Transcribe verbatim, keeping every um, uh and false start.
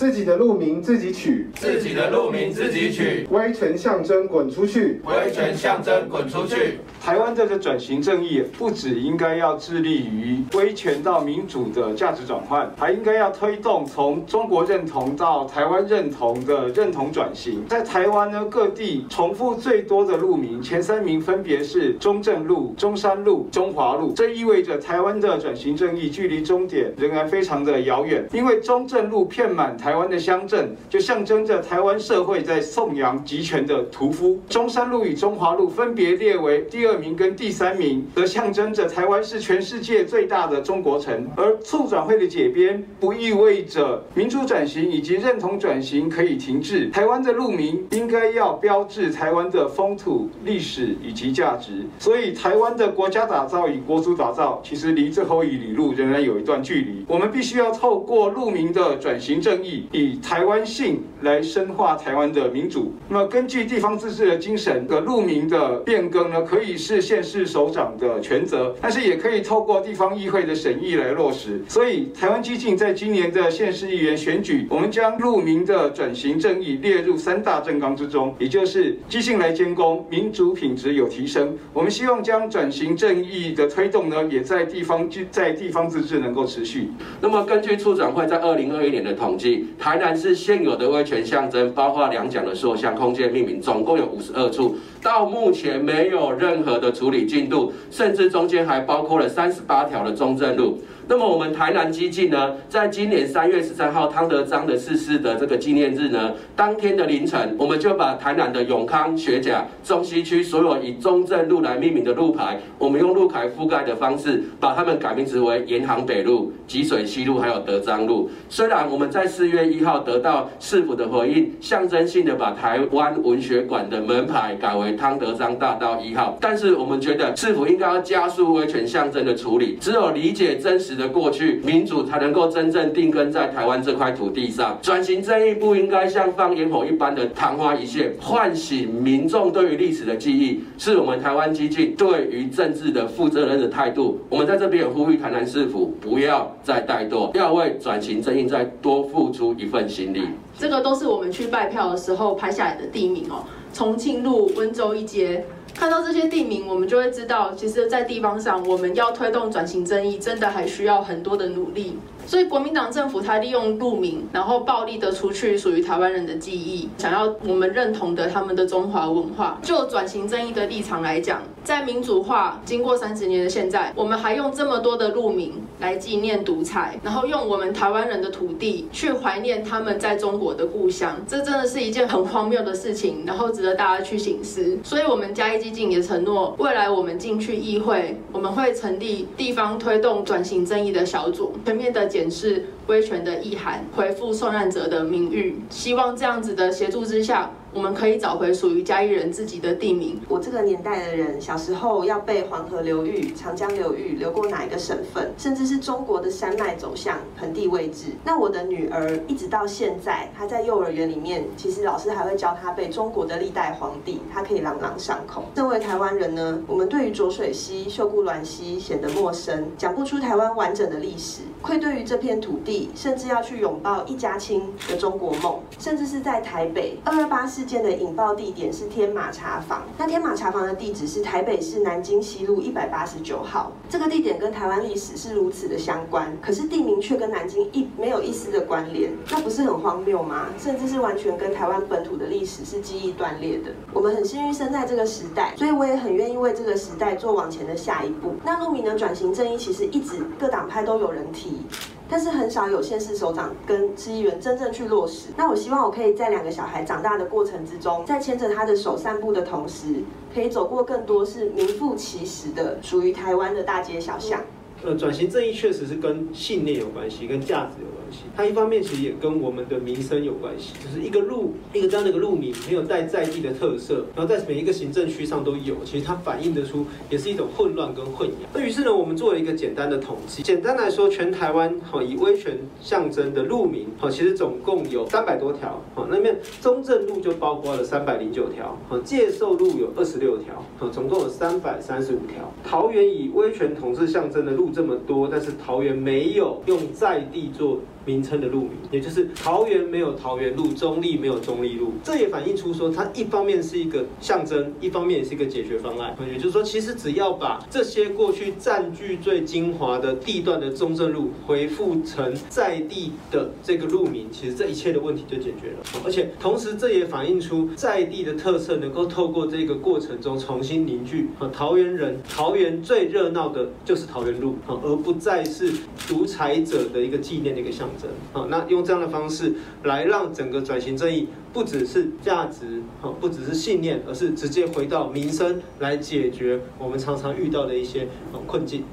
自己的路名自己取， 自己的路名自己取， 威权象征滚出去， 威权象征滚出去。 台湾这个转型正义不只应该要致力于威权到民主的价值转换，还应该要推动从中国认同到台湾认同的认同转型。在台湾呢，各地重复最多的路名前三名分别是中正路、中山路、中华路，这意味着台湾的转型正义距离终点仍然非常的遥远。因为中正路遍满台湾的乡镇，就象征着台湾社会在颂扬集权的屠夫；中山路与中华路分别列为第二名跟第三名，则象征着台湾是全世界最大的中国城。而促转会的解编，不意味着民主转型以及认同转型可以停滞。台湾的路名应该要标志台湾的风土、历史以及价值。所以，台湾的国家打造与国族打造，其实离最后一里路仍然有一段距离。我们必须要透过路名的转型正义，以台湾性来深化台湾的民主。那么，根据地方自治的精神，的路名的变更呢，可以是县市首长的权责，但是也可以透过地方议会的审议来落实。所以，台湾基进在今年的县市议员选举，我们将路名的转型正义列入三大政纲之中，也就是基进来监工，民主品质有提升。我们希望将转型正义的推动呢，也在地方在地方自治能够持续。 那么，根据促转会在二零二一年的统计，台南市现有的威权象征，包括两蒋的塑像空间命名，总共有五十二处，到目前没有任何的处理进度，甚至中间还包括了三十八条的中正路。那么我们台南基进呢，在今年三月十三号汤德章的逝世的这个纪念日呢，当天的凌晨，我们就把台南的永康、学甲、中西区所有以中正路来命名的路牌，我们用路牌覆盖的方式，把它们改名字为延航北路、吉水西路还有德章路。虽然我们在四月一号得到市府的回应，象征性的把台湾文学馆的门牌改为汤德章大道一号，但是我们觉得市府应该要加速威权象征的处理，只有理解真实的过去，民主才能够真正定根在台湾这块土地上。转型正义不应该像放烟火一般的昙花一现，唤醒民众对于历史的记忆，是我们台湾基进对于政治的负责任的态度。我们在这边也呼吁台南市府不要再怠惰，要为转型正义再多付出一份心力。 这个都是我们去拜票的时候拍下来的地名哦，重庆路、温州一街。看到这些地名，我们就会知道，其实，在地方上，我们要推动转型正义，真的还需要很多的努力。所以，国民党政府它利用路名，然后暴力的除去属于台湾人的记忆，想要我们认同的他们的中华文化。就转型正义的立场来讲，在民主化经过三十年的现在，我们还用这么多的路名来纪念独裁，然后用我们台湾人的土地去怀念他们在中国的故乡，这真的是一件很荒谬的事情，然后值得大家去省思。所以，我们嘉义基进也承诺，未来我们进去议会，我们会成立地方推动转型正义的小组，全面的检视威权的意涵，恢复受难者的名誉。希望这样子的协助之下，我们可以找回属于嘉义人自己的地名。 我这个年代的人，小时候要背黄河流域、长江流域流过哪一个省份，甚至是中国的山脉走向、盆地位置。那我的女儿一直到现在，她在幼儿园里面，其实老师还会教她背中国的历代皇帝，她可以朗朗上口。身为台湾人呢，我们对于浊水溪、秀姑峦溪显得陌生，讲不出台湾完整的历史，愧对于这片土地，甚至要去拥抱一家亲的中国梦。甚至是在台北二二八事件的引爆地点是天马茶坊，那天马茶坊的地址是台北市南京西路一百八十九号。这个地点跟台湾历史是如此的相关，可是地名却跟南京一没有一丝的关联，那不是很荒谬吗？甚至是完全跟台湾本土的历史是记忆断裂的。我们很幸运生在这个时代，所以我也很愿意为这个时代做往前的下一步。那路名的转型正义其实一直各党派都有人提，但是很少有县市首长跟市议员真正去落实。那我希望我可以在两个小孩长大的过程之中，在牵着他的手散步的同时，可以走过更多是名副其实的属于台湾的大街小巷。 呃，转型正义确实是跟信念有关系，跟价值有关系。它一方面其实也跟我们的民生有关系，就是一个路，一个这样的一个路名没有带在地的特色，然后在每一个行政区上都有，其实它反映得出也是一种混乱跟混淆。那于是呢，我们做了一个简单的统计，简单来说，全台湾好以威权象征的路名，好其实总共有三百多条，好那边中正路就包括了三百零九条，好介寿路有二十六条，好总共有三百三十五条。桃园以威权统治象征的路这么多，但是桃园没有用在地做名称的路名，也就是桃园没有桃园路，中立没有中立路。这也反映出说，它一方面是一个象征，一方面也是一个解决方案。也就是说，其实只要把这些过去占据最精华的地段的中正路回复成在地的这个路名，其实这一切的问题就解决了。而且同时，这也反映出在地的特色能够透过这个过程中重新凝聚。桃园人，桃园最热闹的就是桃园路，而不再是独裁者的一个纪念的一个象征。好，那用这样的方式来让整个转型正义不只是价值，不只是信念，而是直接回到民生来解决我们常常遇到的一些困境。